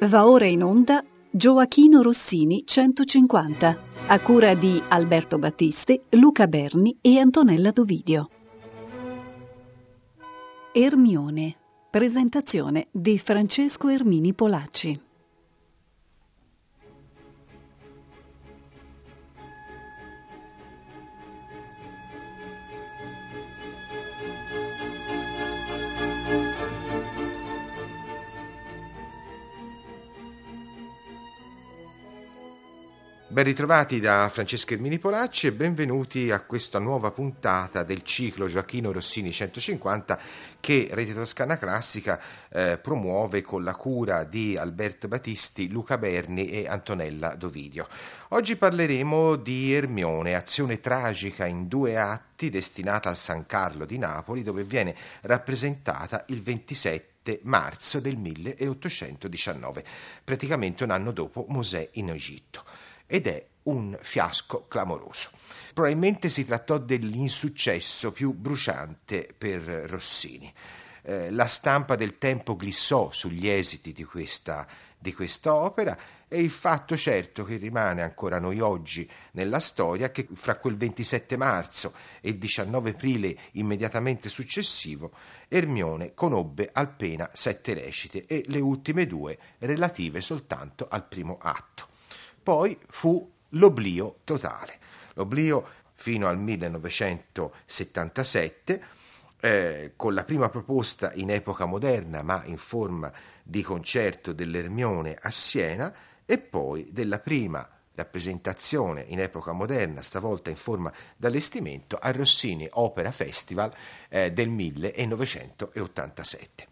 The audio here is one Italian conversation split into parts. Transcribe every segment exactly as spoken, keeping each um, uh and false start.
Va ora in onda Gioachino Rossini centocinquanta, a cura di Alberto Battisti, Luca Berni e Antonella Dovidio. Ermione, presentazione di Francesco Ermini Polacci. Ben ritrovati da Francesco Ermini Polacci e benvenuti a questa nuova puntata del ciclo Gioachino Rossini centocinquanta che Rete Toscana Classica eh, promuove con la cura di Alberto Battisti, Luca Berni e Antonella Dovidio. Oggi parleremo di Ermione, azione tragica in due atti destinata al San Carlo di Napoli, dove viene rappresentata il ventisette marzo del milleottocentodiciannove, praticamente un anno dopo Mosè in Egitto. Ed è un fiasco clamoroso. Probabilmente si trattò dell'insuccesso più bruciante per Rossini. Eh, la stampa del tempo glissò sugli esiti di questa, di questa opera e il fatto certo che rimane ancora a noi oggi nella storia che fra quel ventisette marzo e il diciannove aprile immediatamente successivo Ermione conobbe appena sette recite e le ultime due relative soltanto al primo atto. Poi fu l'oblio totale, l'oblio fino al millenovecentosettantasette, eh, con la prima proposta in epoca moderna ma in forma di concerto dell'Ermione a Siena e poi della prima rappresentazione in epoca moderna, stavolta in forma d'allestimento, al Rossini Opera Festival eh, del millenovecentottantasette.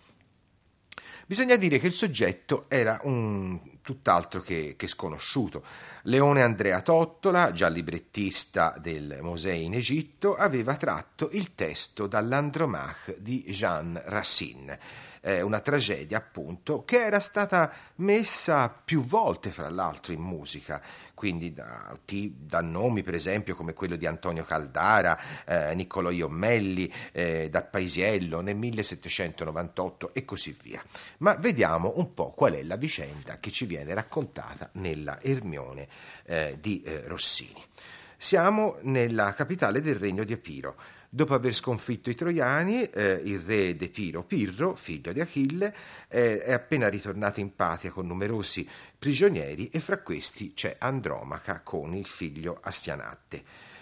Bisogna dire che il soggetto era un tutt'altro che, che sconosciuto. Leone Andrea Tottola, già librettista del Mosè in Egitto, aveva tratto il testo dall'Andromache di Jean Racine, eh, una tragedia appunto che era stata messa più volte fra l'altro in musica, quindi da, da nomi per esempio come quello di Antonio Caldara, eh, Niccolò Iommelli, eh, dal Paisiello nel millesettecentonovantotto e così via. Ma vediamo un po' qual è la vicenda che ci viene raccontata nella Ermione eh, di eh, Rossini. Siamo nella capitale del regno di Epiro. Dopo aver sconfitto i troiani, eh, il re d'Epiro, Pirro, figlio di Achille, eh, è appena ritornato in patria con numerosi prigionieri e fra questi c'è Andromaca con il figlio Astianatte.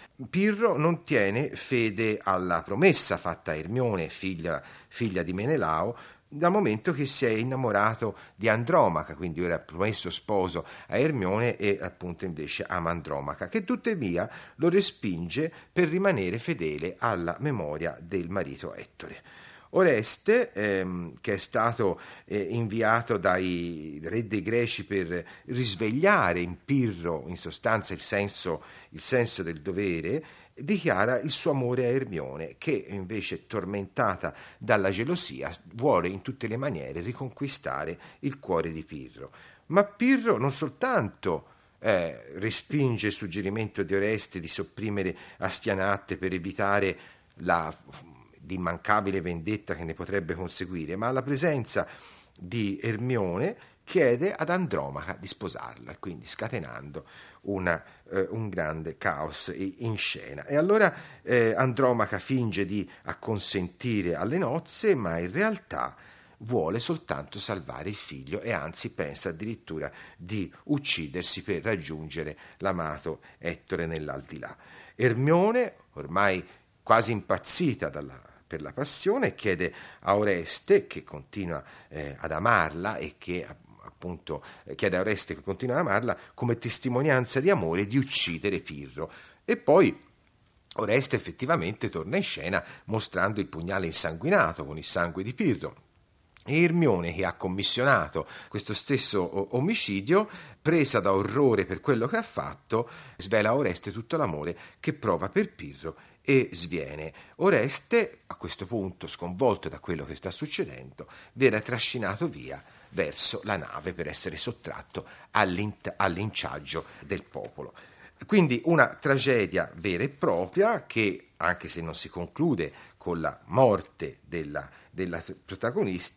Pirro non tiene fede alla promessa fatta a Ermione, figlia, figlia di Menelao, dal momento che si è innamorato di Andromaca, quindi era promesso sposo a Ermione e appunto invece ama Andromaca, che tuttavia lo respinge per rimanere fedele alla memoria del marito Ettore. Oreste, ehm, che è stato eh, inviato dai re dei Greci per risvegliare in Pirro in sostanza il senso, il senso del dovere, dichiara il suo amore a Ermione, che invece, tormentata dalla gelosia, vuole in tutte le maniere riconquistare il cuore di Pirro. Ma Pirro non soltanto eh, respinge il suggerimento di Oreste di sopprimere Astianatte per evitare la l'immancabile vendetta che ne potrebbe conseguire, ma alla presenza di Ermione chiede ad Andromaca di sposarla, quindi scatenando una, eh, un grande caos in scena. E allora eh, Andromaca finge di acconsentire alle nozze, ma in realtà vuole soltanto salvare il figlio e anzi pensa addirittura di uccidersi per raggiungere l'amato Ettore nell'aldilà. Ermione, ormai quasi impazzita dalla per la passione, chiede a Oreste, che continua eh, ad amarla e che appunto eh, chiede a Oreste che continua ad amarla come testimonianza di amore di uccidere Pirro. E poi Oreste effettivamente torna in scena mostrando il pugnale insanguinato con il sangue di Pirro. E Ermione, che ha commissionato questo stesso omicidio, presa da orrore per quello che ha fatto, svela a Oreste tutto l'amore che prova per Pirro e sviene. Oreste, a questo punto, sconvolto da quello che sta succedendo, viene trascinato via verso la nave per essere sottratto all'inciaggio del popolo. Quindi una tragedia vera e propria che, anche se non si conclude con la morte della, della protagonista,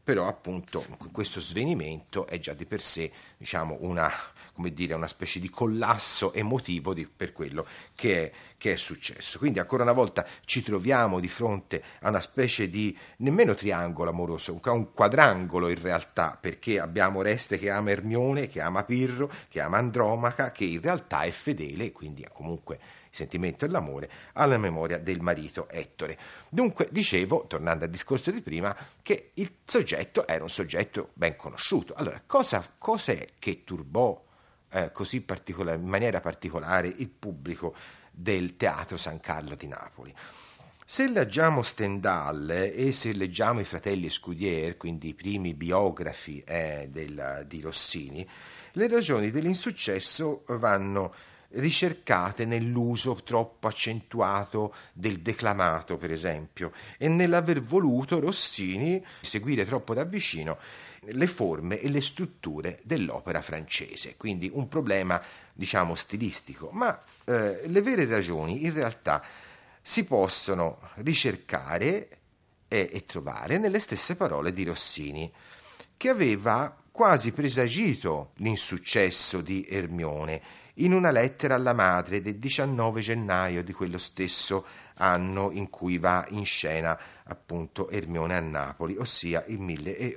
però appunto questo svenimento è già di per sé, diciamo, una, come dire, una specie di collasso emotivo di, per quello che è, che è successo. Quindi ancora una volta ci troviamo di fronte a una specie di nemmeno triangolo amoroso, un quadrangolo in realtà, perché abbiamo Oreste che ama Ermione, che ama Pirro, che ama Andromaca, che in realtà è fedele, quindi comunque il sentimento e l'amore, alla memoria del marito Ettore. Dunque, dicevo, tornando al discorso di prima, che il soggetto era un soggetto ben conosciuto. Allora, cosa, cos'è che turbò eh, così particolare, in maniera particolare il pubblico del Teatro San Carlo di Napoli? Se leggiamo Stendhal e se leggiamo i fratelli Scudier, quindi i primi biografi eh, del, di Rossini, le ragioni dell'insuccesso vanno ricercate nell'uso troppo accentuato del declamato, per esempio, e nell'aver voluto Rossini seguire troppo da vicino le forme e le strutture dell'opera francese, quindi un problema, diciamo, stilistico, ma eh, le vere ragioni in realtà si possono ricercare e, e trovare nelle stesse parole di Rossini, che aveva quasi presagito l'insuccesso di Ermione in una lettera alla madre del diciannove gennaio di quello stesso anno in cui va in scena appunto Ermione a Napoli, ossia il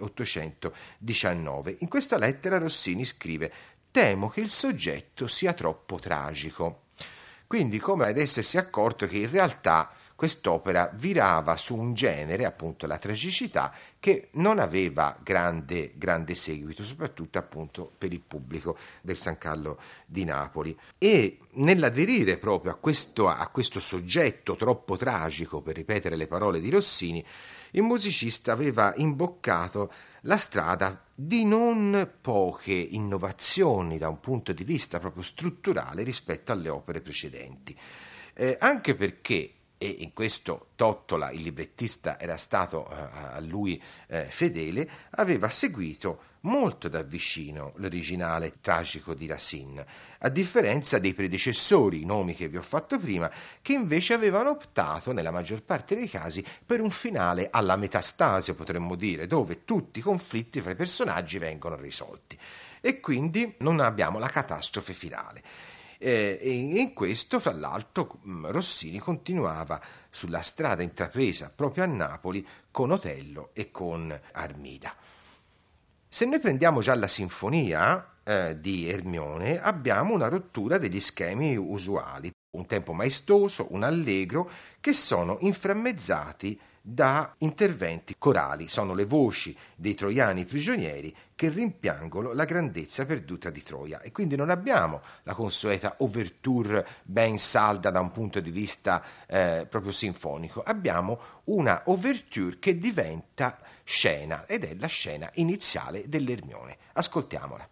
milleottocentodiciannove. In questa lettera Rossini scrive: «Temo che il soggetto sia troppo tragico». Quindi, come ad essersi accorto che in realtà quest'opera virava su un genere, appunto la tragicità, che non aveva grande, grande seguito, soprattutto appunto per il pubblico del San Carlo di Napoli. E nell'aderire proprio a questo, a questo soggetto troppo tragico, per ripetere le parole di Rossini, il musicista aveva imboccato la strada di non poche innovazioni da un punto di vista proprio strutturale rispetto alle opere precedenti. Eh, anche perché, e in questo Tottola, il librettista, era stato eh, a lui eh, fedele, aveva seguito molto da vicino l'originale tragico di Racine, a differenza dei predecessori, i nomi che vi ho fatto prima, che invece avevano optato, nella maggior parte dei casi, per un finale alla metastasio, potremmo dire, dove tutti i conflitti fra i personaggi vengono risolti. E quindi non abbiamo la catastrofe finale. Eh, e in questo, fra l'altro, Rossini continuava sulla strada intrapresa proprio a Napoli con Otello e con Armida. Se noi prendiamo già la sinfonia eh, di Ermione, abbiamo una rottura degli schemi usuali, un tempo maestoso, un allegro, che sono inframmezzati da interventi corali. Sono le voci dei troiani prigionieri che rimpiangono la grandezza perduta di Troia, e quindi non abbiamo la consueta ouverture ben salda da un punto di vista eh, proprio sinfonico, abbiamo una ouverture che diventa scena, ed è la scena iniziale dell'Ermione. Ascoltiamola.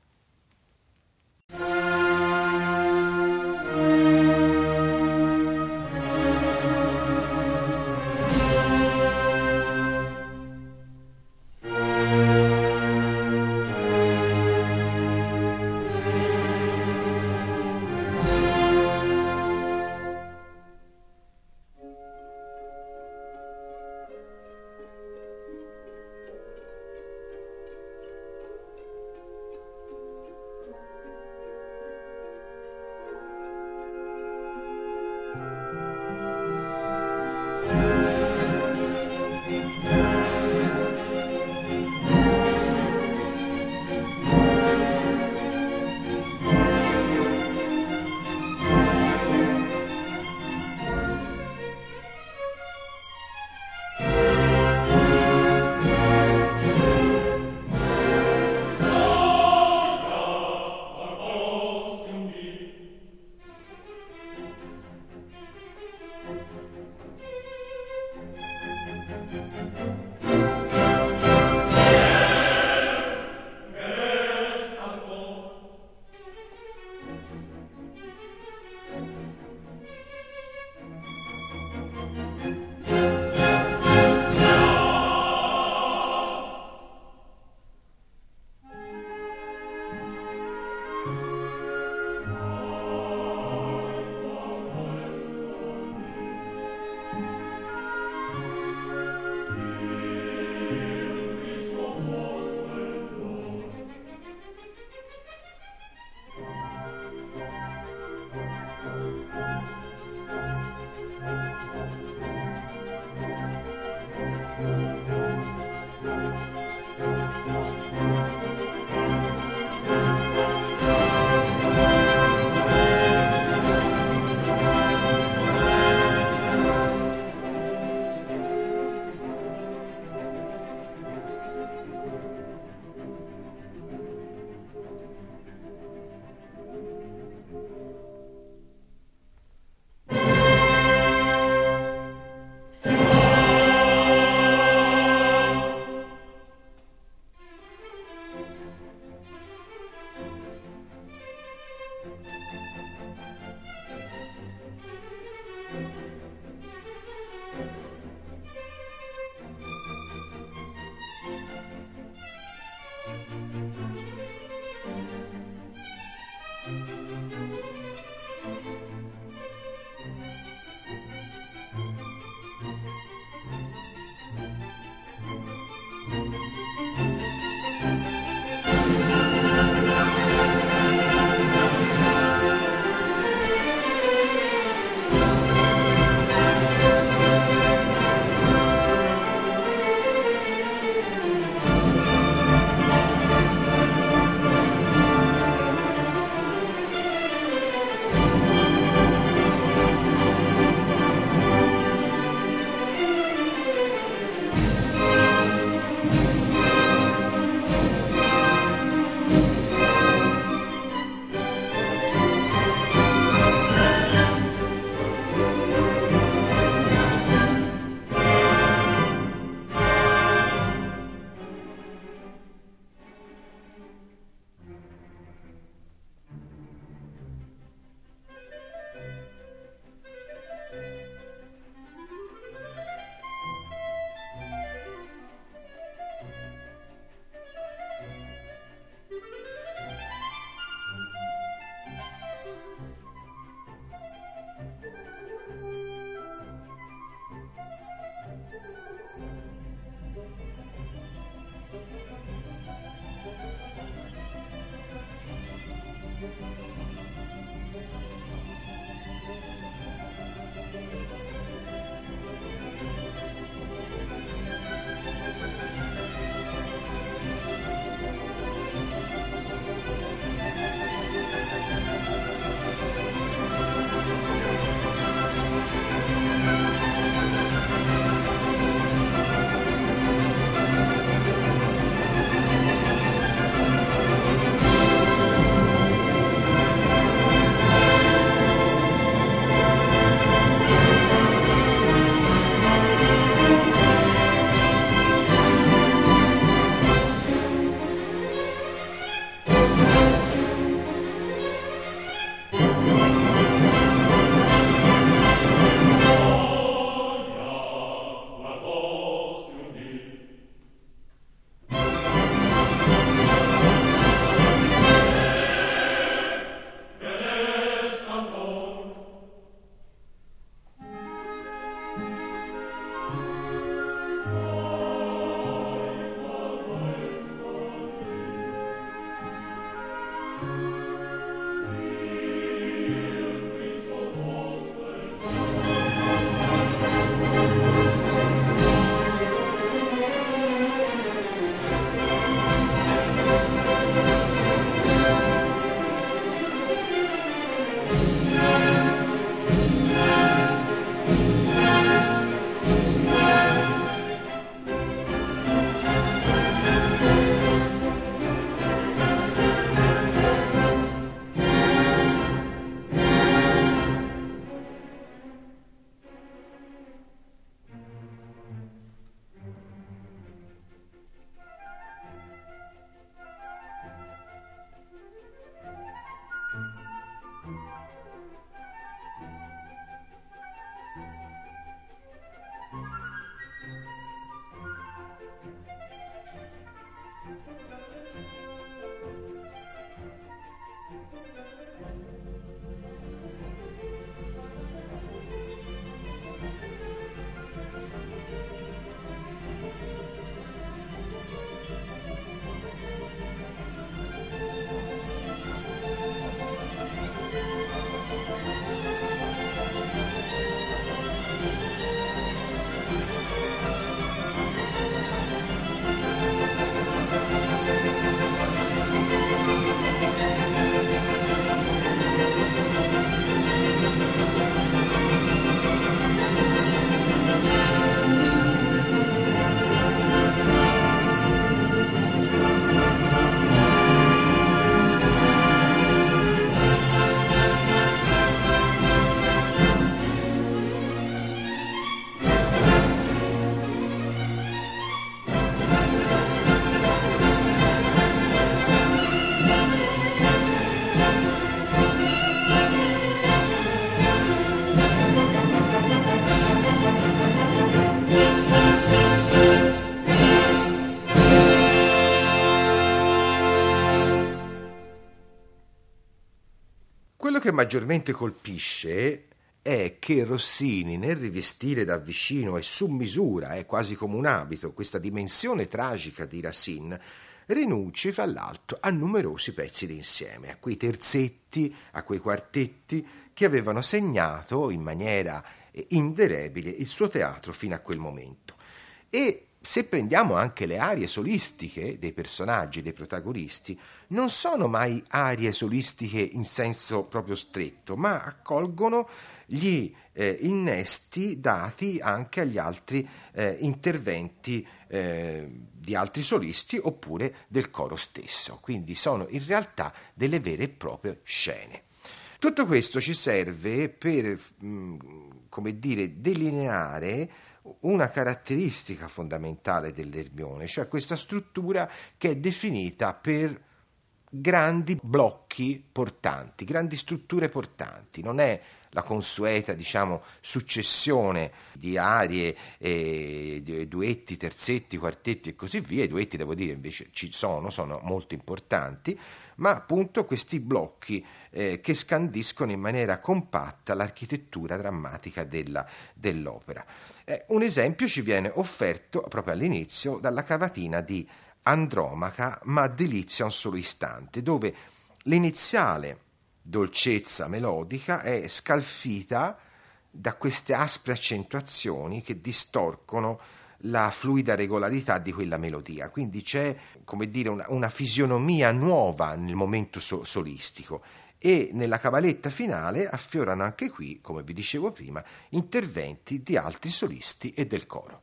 maggiormente colpisce è che Rossini, nel rivestire da vicino e su misura, è quasi come un abito, questa dimensione tragica di Racine, rinunci fra l'altro a numerosi pezzi d'insieme, a quei terzetti, a quei quartetti che avevano segnato in maniera indelebile il suo teatro fino a quel momento. E se prendiamo anche le arie solistiche dei personaggi, dei protagonisti, non sono mai arie solistiche in senso proprio stretto, ma accolgono gli eh, innesti dati anche agli altri eh, interventi eh, di altri solisti oppure del coro stesso. Quindi sono in realtà delle vere e proprie scene. Tutto questo ci serve per, mh, come dire, delineare una caratteristica fondamentale dell'Ermione, cioè questa struttura che è definita per grandi blocchi portanti, grandi strutture portanti. Non è la consueta, diciamo, successione di arie, eh, di duetti, terzetti, quartetti e così via. I duetti, devo dire, invece ci sono, sono molto importanti, ma appunto questi blocchi eh, che scandiscono in maniera compatta l'architettura drammatica della, dell'opera. Eh, un esempio ci viene offerto proprio all'inizio dalla cavatina di Andromaca, ma delizia un solo istante, dove l'iniziale dolcezza melodica è scalfita da queste aspre accentuazioni che distorcono la fluida regolarità di quella melodia. Quindi c'è, come dire, una, una fisionomia nuova nel momento so- solistico, e nella cavaletta finale affiorano anche qui, come vi dicevo prima, interventi di altri solisti e del coro.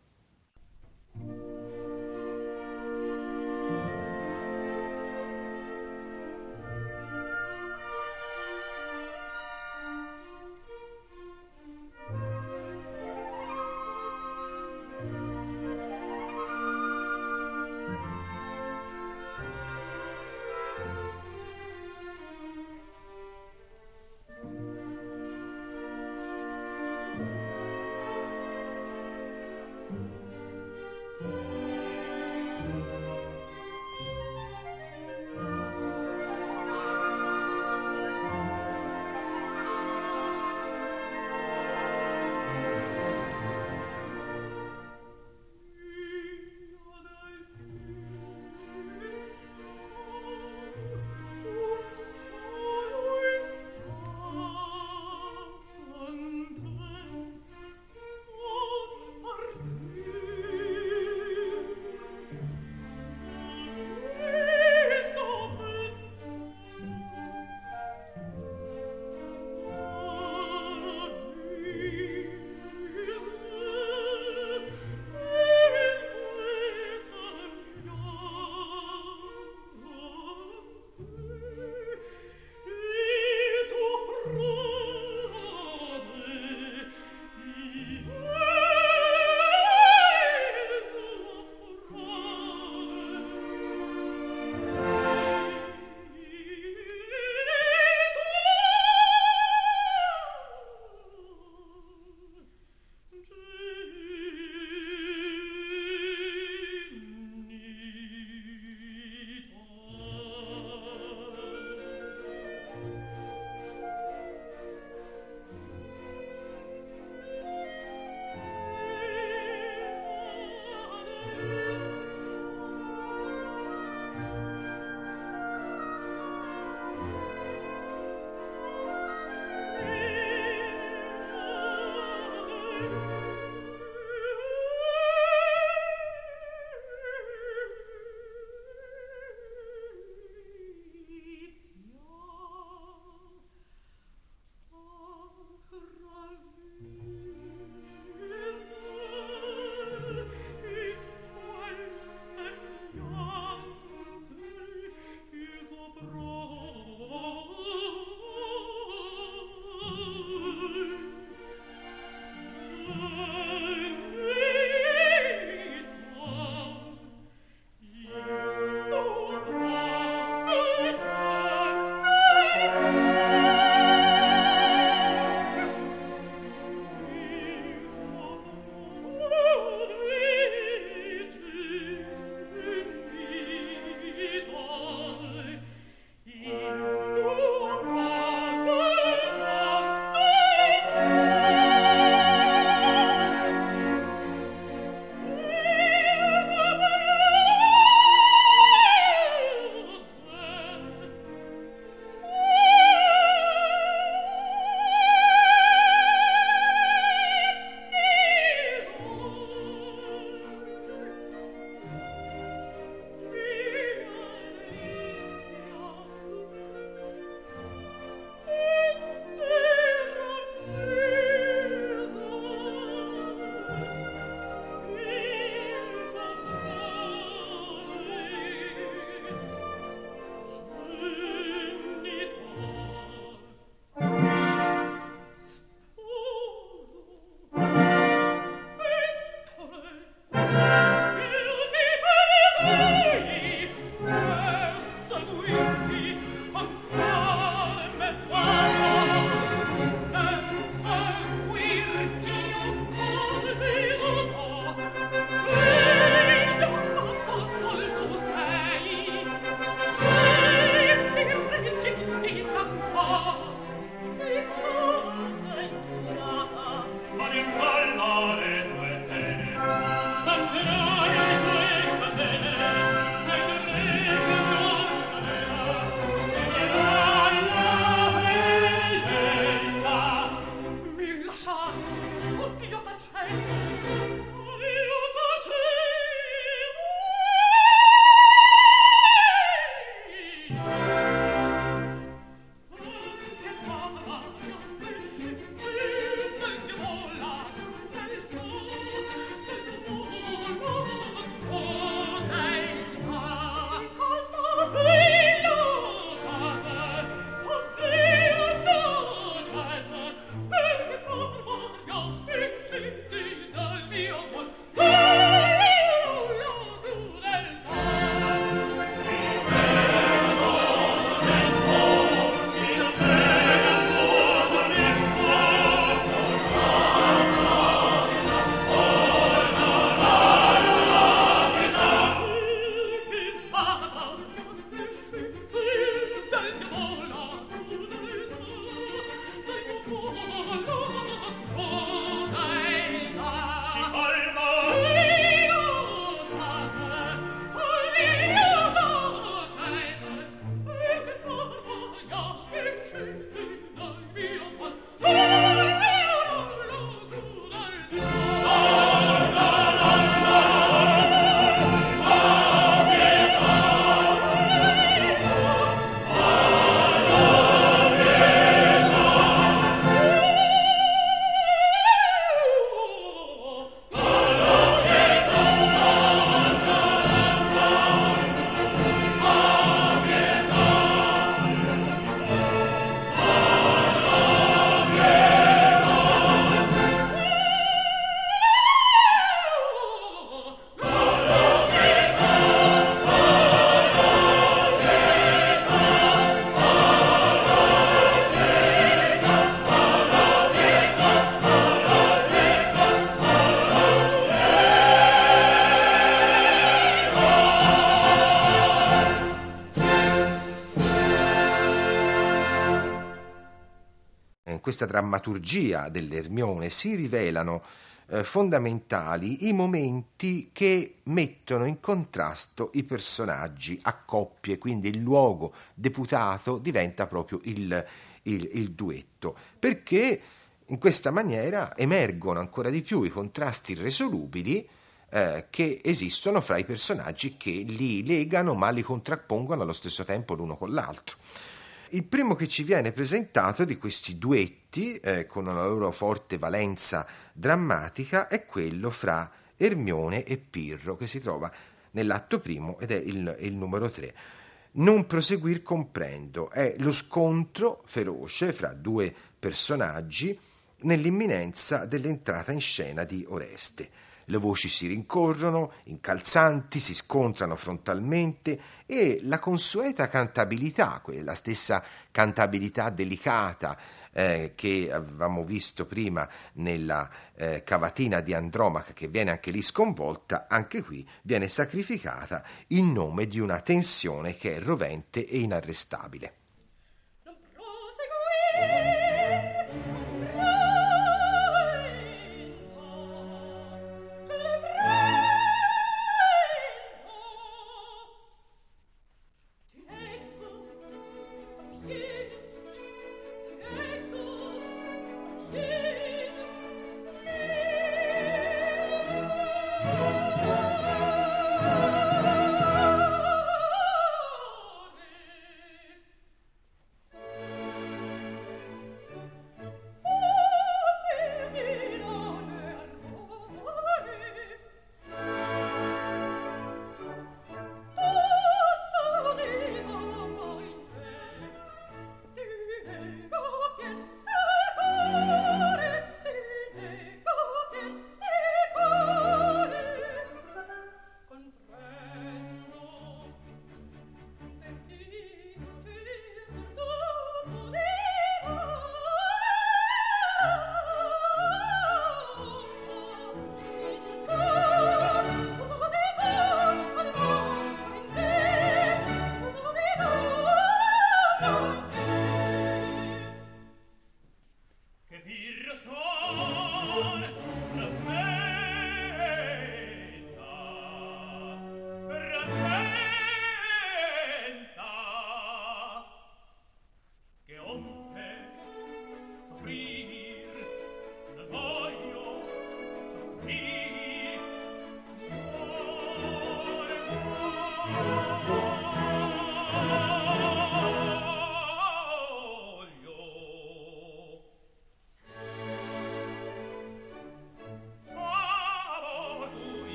questa drammaturgia dell'Ermione si rivelano eh, fondamentali i momenti che mettono in contrasto i personaggi a coppie, quindi il luogo deputato diventa proprio il, il, il duetto, perché in questa maniera emergono ancora di più i contrasti irresolubili eh, che esistono fra i personaggi che li legano ma li contrappongono allo stesso tempo l'uno con l'altro. Il primo che ci viene presentato di questi duetti, eh, con una loro forte valenza drammatica, è quello fra Ermione e Pirro, che si trova nell'atto primo ed è il, il numero tre. Non proseguir comprendo, è lo scontro feroce fra due personaggi nell'imminenza dell'entrata in scena di Oreste. Le voci si rincorrono, incalzanti, si scontrano frontalmente e la consueta cantabilità, quella stessa cantabilità delicata eh, che avevamo visto prima nella eh, cavatina di Andromaca, che viene anche lì sconvolta, anche qui viene sacrificata in nome di una tensione che è rovente e inarrestabile. Non proseguire.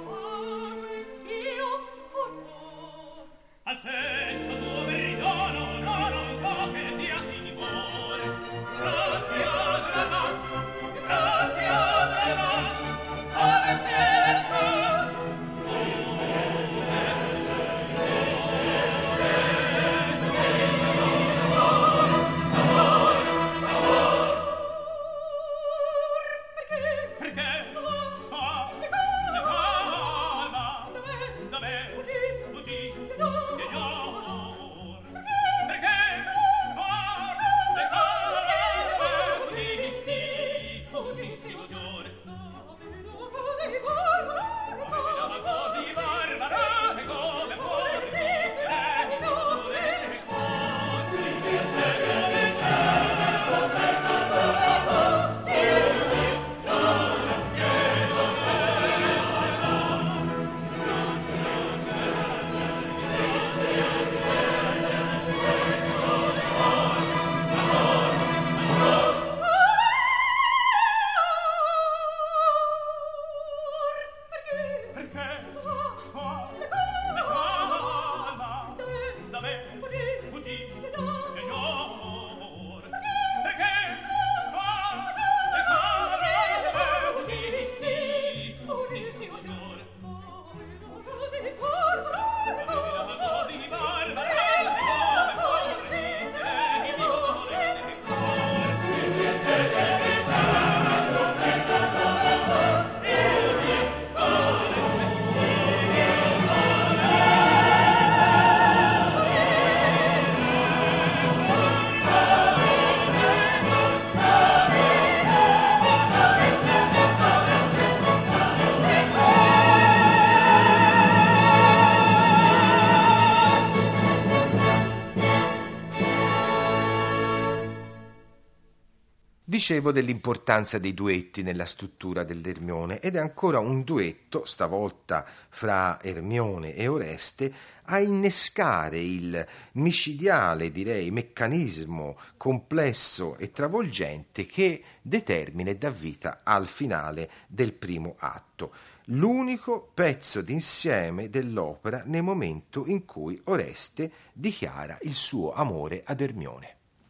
Dicevo dell'importanza dei duetti nella struttura dell'Ermione, ed è ancora un duetto, stavolta fra Ermione e Oreste, a innescare il micidiale, direi, meccanismo complesso e travolgente che determina e dà vita al finale del primo atto. L'unico pezzo d'insieme dell'opera nel momento in cui Oreste dichiara il suo amore ad Ermione.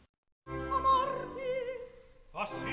Ah, sì,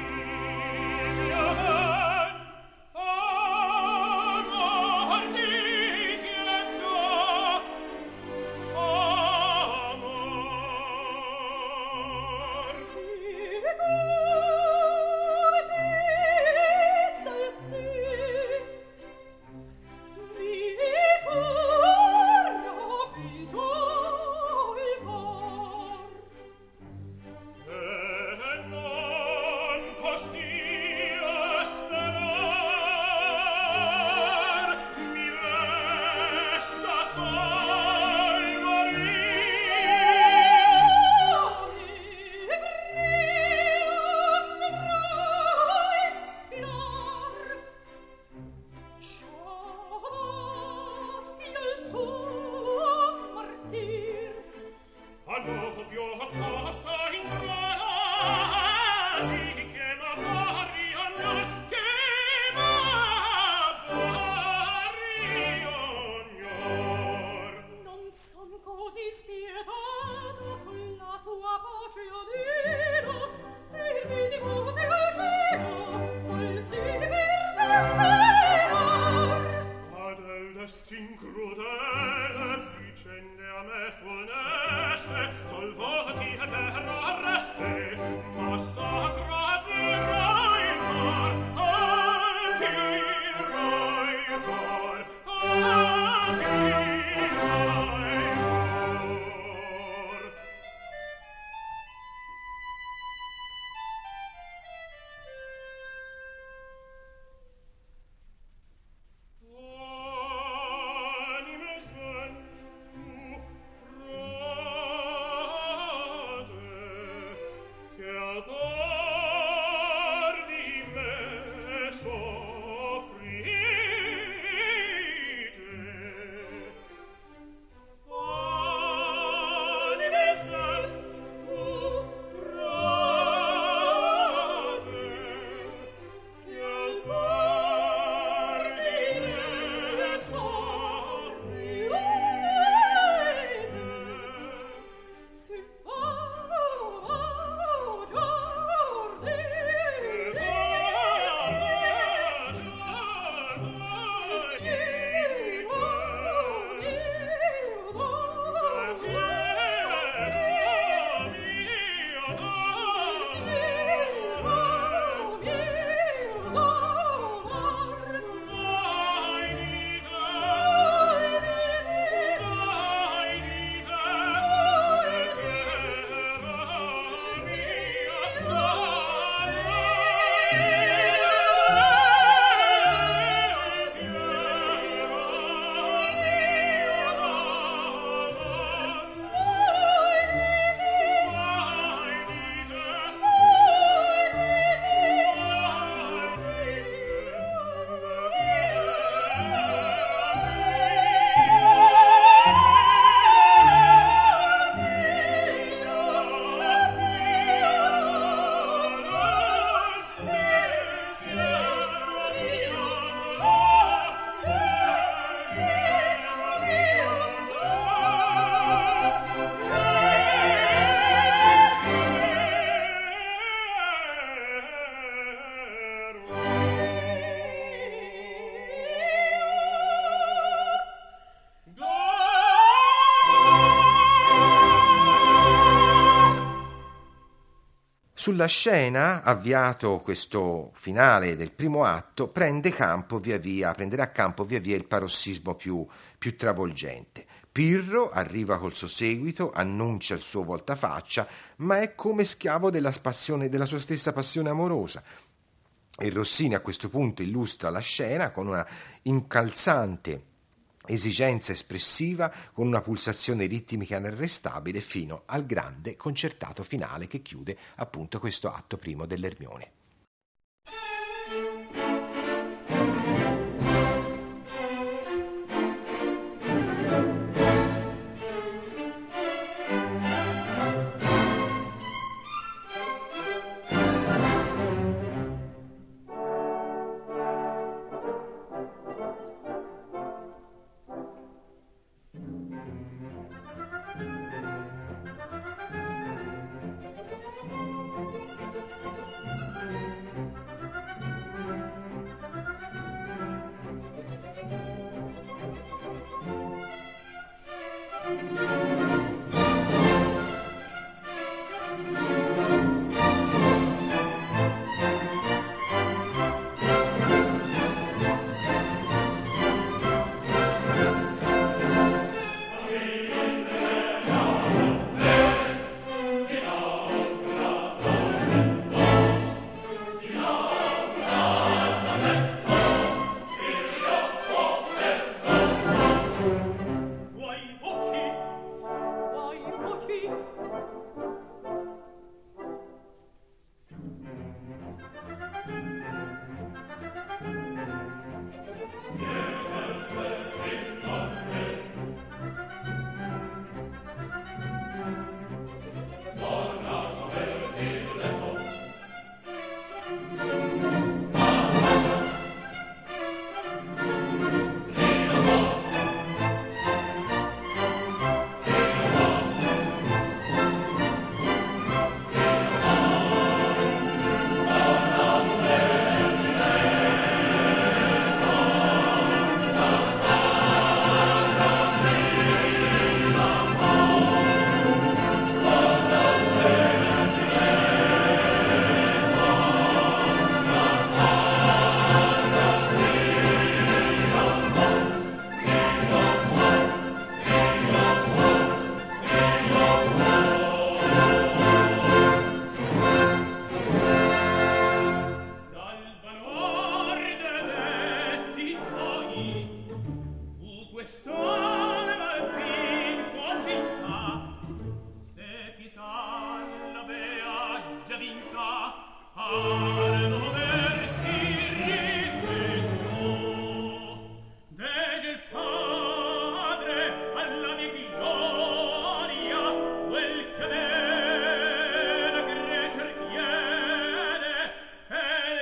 Che Sulla scena, avviato questo finale del primo atto, prende campo via via, prenderà campo via via il parossismo più, più travolgente. Pirro arriva col suo seguito, annuncia il suo voltafaccia, ma è come schiavo della, passione, della sua stessa passione amorosa. E Rossini a questo punto illustra la scena con una incalzante esigenza espressiva, con una pulsazione ritmica inarrestabile, fino al grande concertato finale che chiude appunto questo atto primo dell'Ermione.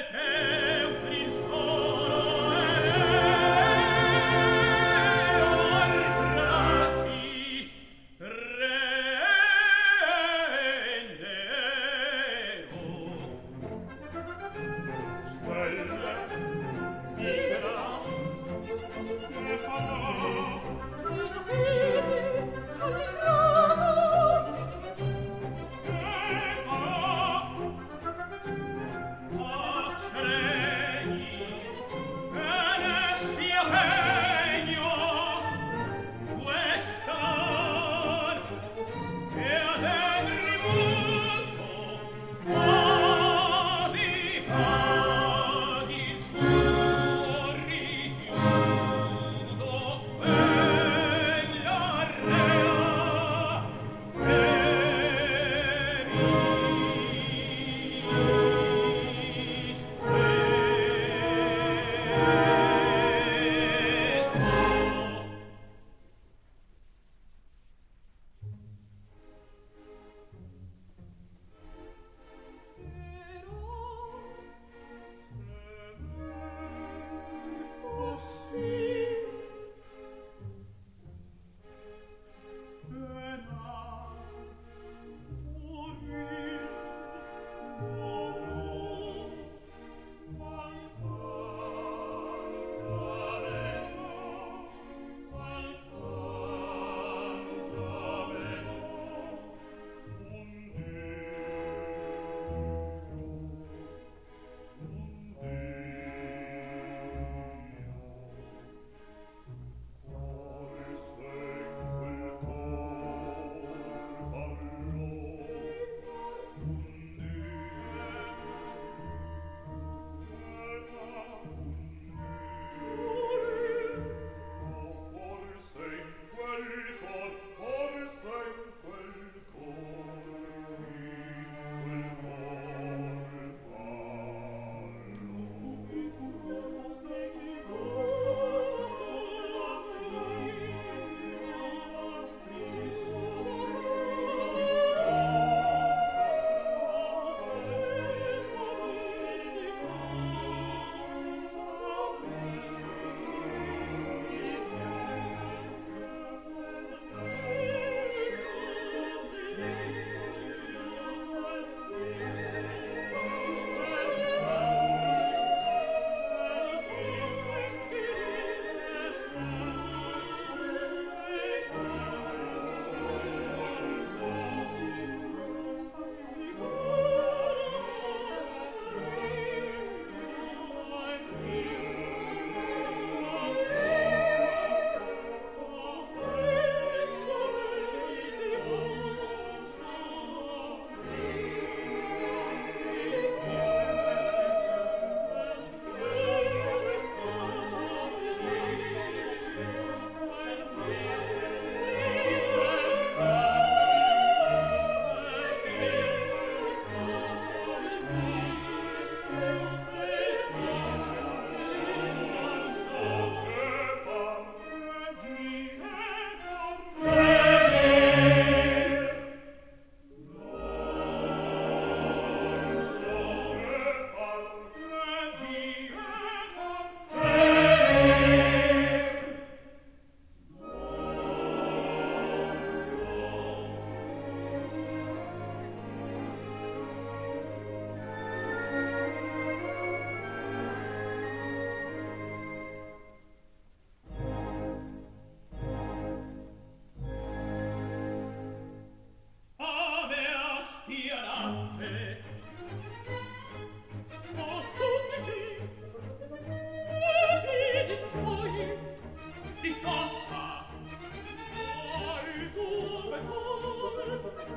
Oh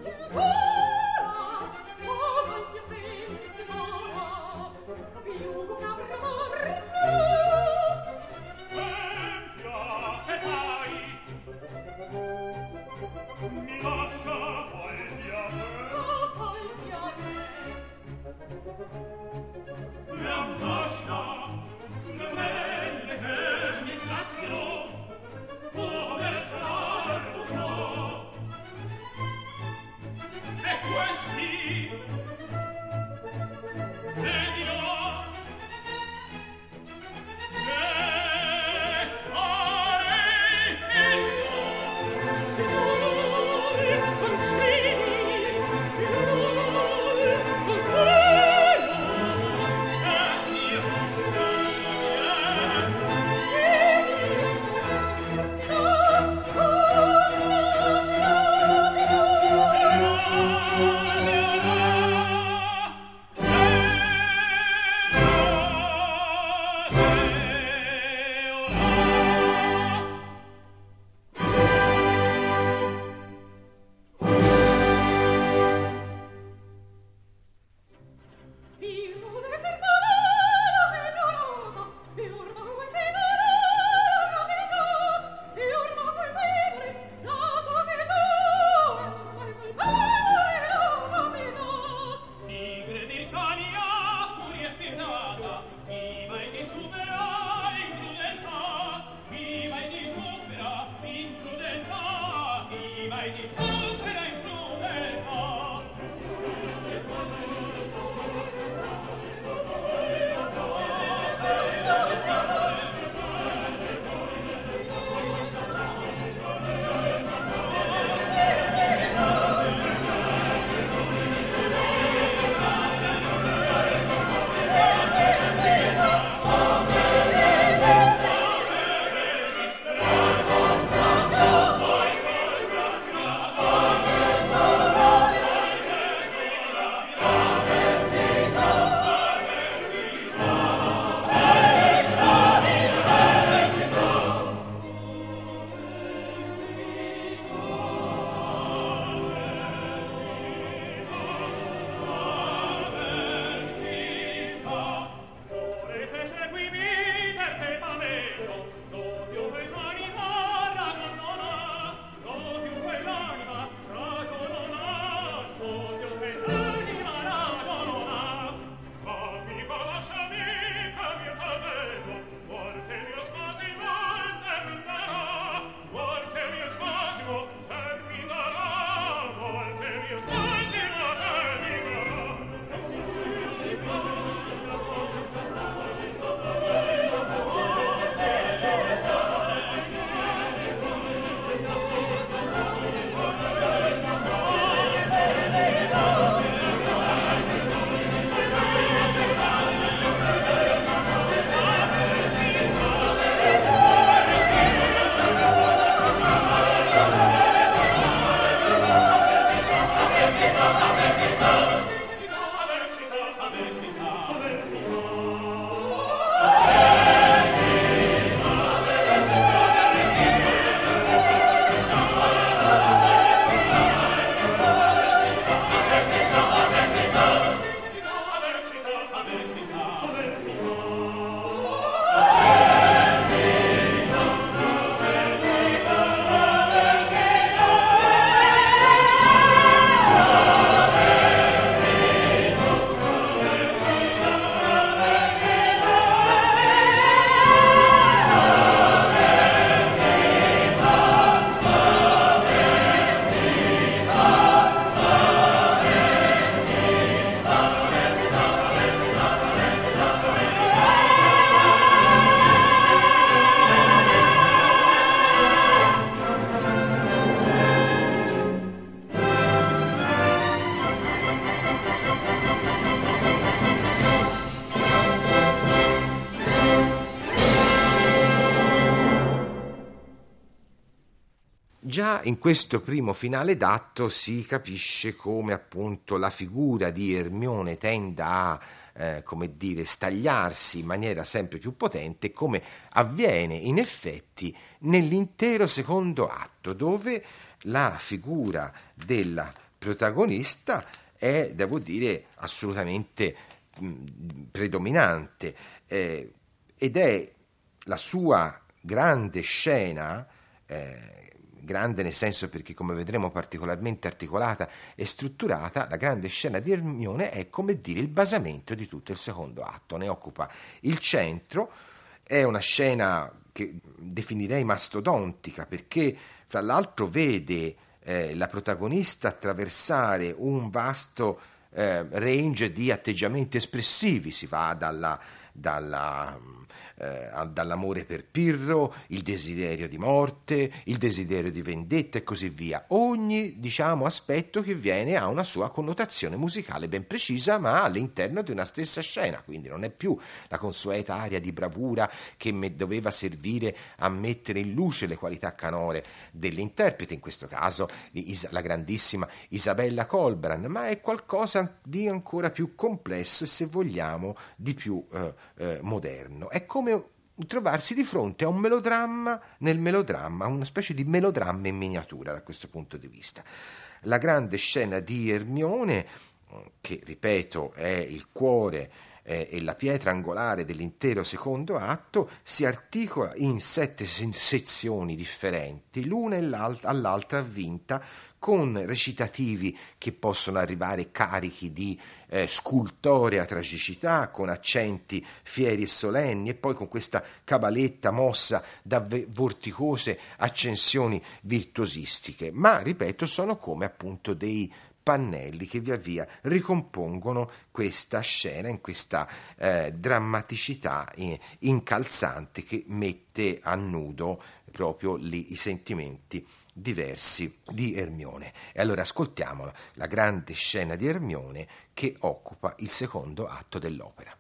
Già in questo primo finale d'atto si capisce come appunto la figura di Ermione tenda a eh, come dire, stagliarsi in maniera sempre più potente, come avviene in effetti nell'intero secondo atto, dove la figura della protagonista è, devo dire, assolutamente mh, predominante, eh, ed è la sua grande scena, eh, grande nel senso perché, come vedremo, particolarmente articolata e strutturata. La grande scena di Ermione è, come dire, il basamento di tutto il secondo atto, ne occupa il centro. È una scena che definirei mastodontica, perché fra l'altro vede eh, la protagonista attraversare un vasto eh, range di atteggiamenti espressivi. Si va dalla, dalla, eh, dall'amore per Pirro, il desiderio di morte, il desiderio di vendetta e così via. Ogni, diciamo, aspetto che viene ha una sua connotazione musicale ben precisa, ma all'interno di una stessa scena, quindi non è più la consueta aria di bravura che me doveva servire a mettere in luce le qualità canore dell'interprete, in questo caso la grandissima Isabella Colbran, ma è qualcosa di ancora più complesso e, se vogliamo, di più eh, eh, moderno. È come trovarsi di fronte a un melodramma nel melodramma, una specie di melodramma in miniatura da questo punto di vista. La grande scena di Ermione, che ripeto è il cuore eh, e la pietra angolare dell'intero secondo atto, si articola in sette sezioni differenti, l'una all'altra avvinta, con recitativi che possono arrivare carichi di eh, scultorea tragicità, con accenti fieri e solenni, e poi con questa cabaletta mossa da v- vorticose accensioni virtuosistiche. Ma, ripeto, sono come appunto dei pannelli che via via ricompongono questa scena in questa eh, drammaticità eh, incalzante, che mette a nudo proprio lì i sentimenti diversi di Ermione. E allora ascoltiamola, la grande scena di Ermione che occupa il secondo atto dell'opera.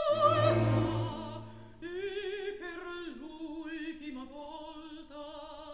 E per l'ultima volta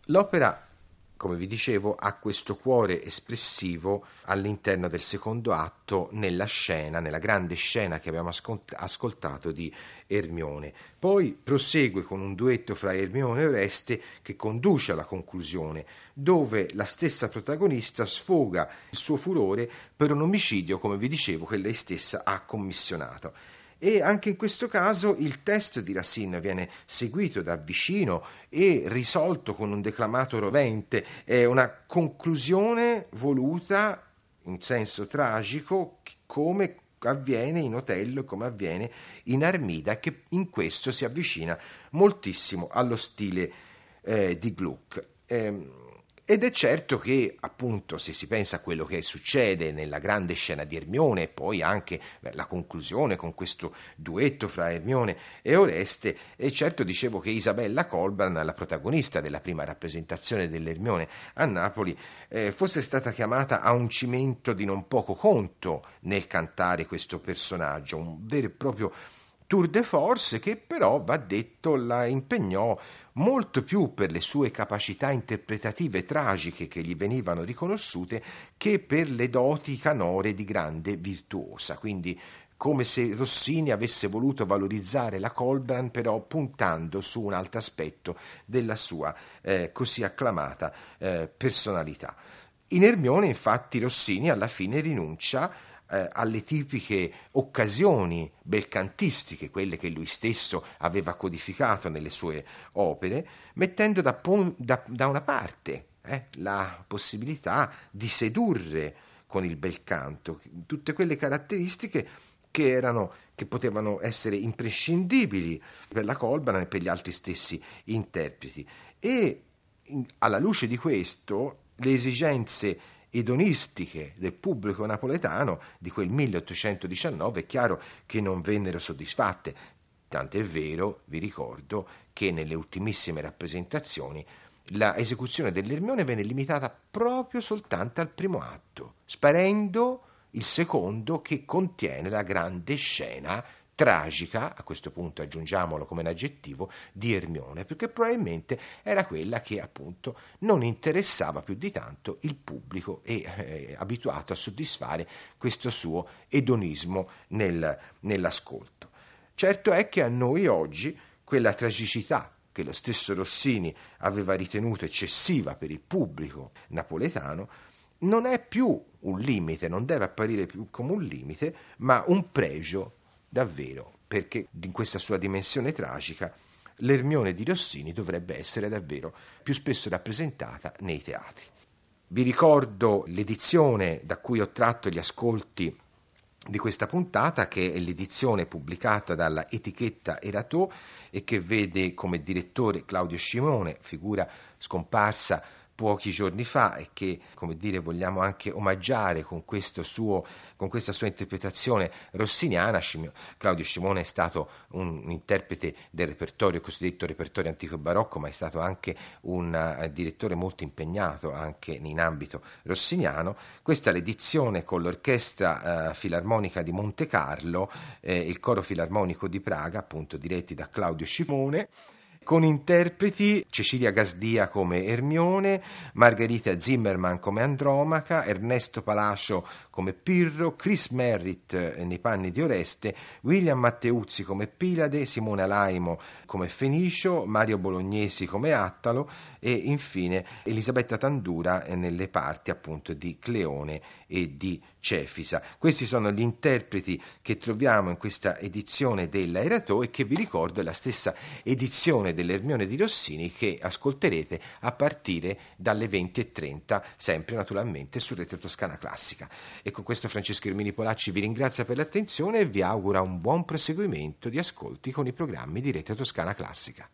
L'opera, come vi dicevo, ha questo cuore espressivo all'interno del secondo atto, nella scena, nella grande scena che abbiamo ascolt- ascoltato di Ermione. Poi prosegue con un duetto fra Ermione e Oreste che conduce alla conclusione, dove la stessa protagonista sfoga il suo furore per un omicidio, come vi dicevo, che lei stessa ha commissionato. E anche in questo caso il testo di Racine viene seguito da vicino e risolto con un declamato rovente. È una conclusione voluta in senso tragico, come avviene in Otello, come avviene in Armida, che in questo si avvicina moltissimo allo stile eh, di Gluck. Eh, Ed è certo che, appunto, se si pensa a quello che succede nella grande scena di Ermione e poi anche beh, la conclusione con questo duetto fra Ermione e Oreste, è certo, dicevo, che Isabella Colbran, la protagonista della prima rappresentazione dell'Ermione a Napoli, eh, fosse stata chiamata a un cimento di non poco conto nel cantare questo personaggio, un vero e proprio tour de force che però, va detto, la impegnò molto più per le sue capacità interpretative tragiche che gli venivano riconosciute che per le doti canore di grande virtuosa. Quindi come se Rossini avesse voluto valorizzare la Colbran, però puntando su un altro aspetto della sua eh, così acclamata eh, personalità. In Ermione, infatti, Rossini alla fine rinuncia Eh, alle tipiche occasioni belcantistiche, quelle che lui stesso aveva codificato nelle sue opere, mettendo da, da, da una parte eh, la possibilità di sedurre con il bel canto tutte quelle caratteristiche che erano che potevano essere imprescindibili per la Colbran e per gli altri stessi interpreti. E in, alla luce di questo, le esigenze edonistiche del pubblico napoletano di quel milleottocentodiciannove è chiaro che non vennero soddisfatte, tant'è vero, vi ricordo, che nelle ultimissime rappresentazioni la esecuzione dell'Ermione venne limitata proprio soltanto al primo atto, sparendo il secondo che contiene la grande scena tragica, a questo punto aggiungiamolo come un aggettivo, di Ermione, perché probabilmente era quella che appunto non interessava più di tanto il pubblico e eh, abituato a soddisfare questo suo edonismo nel, nell'ascolto. Certo è che a noi oggi quella tragicità che lo stesso Rossini aveva ritenuto eccessiva per il pubblico napoletano non è più un limite, non deve apparire più come un limite, ma un pregio davvero, perché in questa sua dimensione tragica l'Ermione di Rossini dovrebbe essere davvero più spesso rappresentata nei teatri. Vi ricordo l'edizione da cui ho tratto gli ascolti di questa puntata, che è l'edizione pubblicata dalla etichetta Erato e che vede come direttore Claudio Scimone, figura scomparsa pochi giorni fa e che, come dire, vogliamo anche omaggiare con questo suo, con questa sua interpretazione rossiniana. Claudio Scimone è stato un, un interprete del repertorio, cosiddetto repertorio antico e barocco, ma è stato anche un uh, direttore molto impegnato anche in ambito rossiniano. Questa è l'edizione con l'Orchestra uh, Filarmonica di Monte Carlo e eh, il Coro Filarmonico di Praga, appunto diretti da Claudio Scimone, con interpreti Cecilia Gasdia come Ermione, Margherita Zimmerman come Andromaca, Ernesto Palacio come Pirro, Chris Merritt nei panni di Oreste, William Matteuzzi come Pilade, Simone Alaimo come Fenicio, Mario Bolognesi come Attalo e infine Elisabetta Tandura nelle parti appunto di Cleone e di Cefisa. Questi sono gli interpreti che troviamo in questa edizione della Erato e che vi ricordo è la stessa edizione dell'Ermione di Rossini che ascolterete a partire dalle venti e trenta, sempre naturalmente su Rete Toscana Classica. E con questo Francesco Ermini Polacci vi ringrazia per l'attenzione e vi augura un buon proseguimento di ascolti con i programmi di Rete Toscana Classica.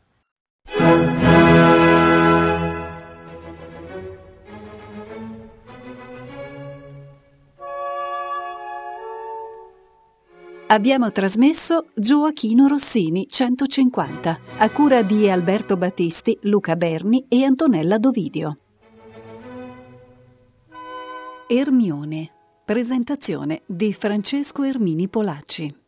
Abbiamo trasmesso Gioachino Rossini centocinquanta, a cura di Alberto Battisti, Luca Berni e Antonella Dovidio. Ermione, presentazione di Francesco Ermini Polacci.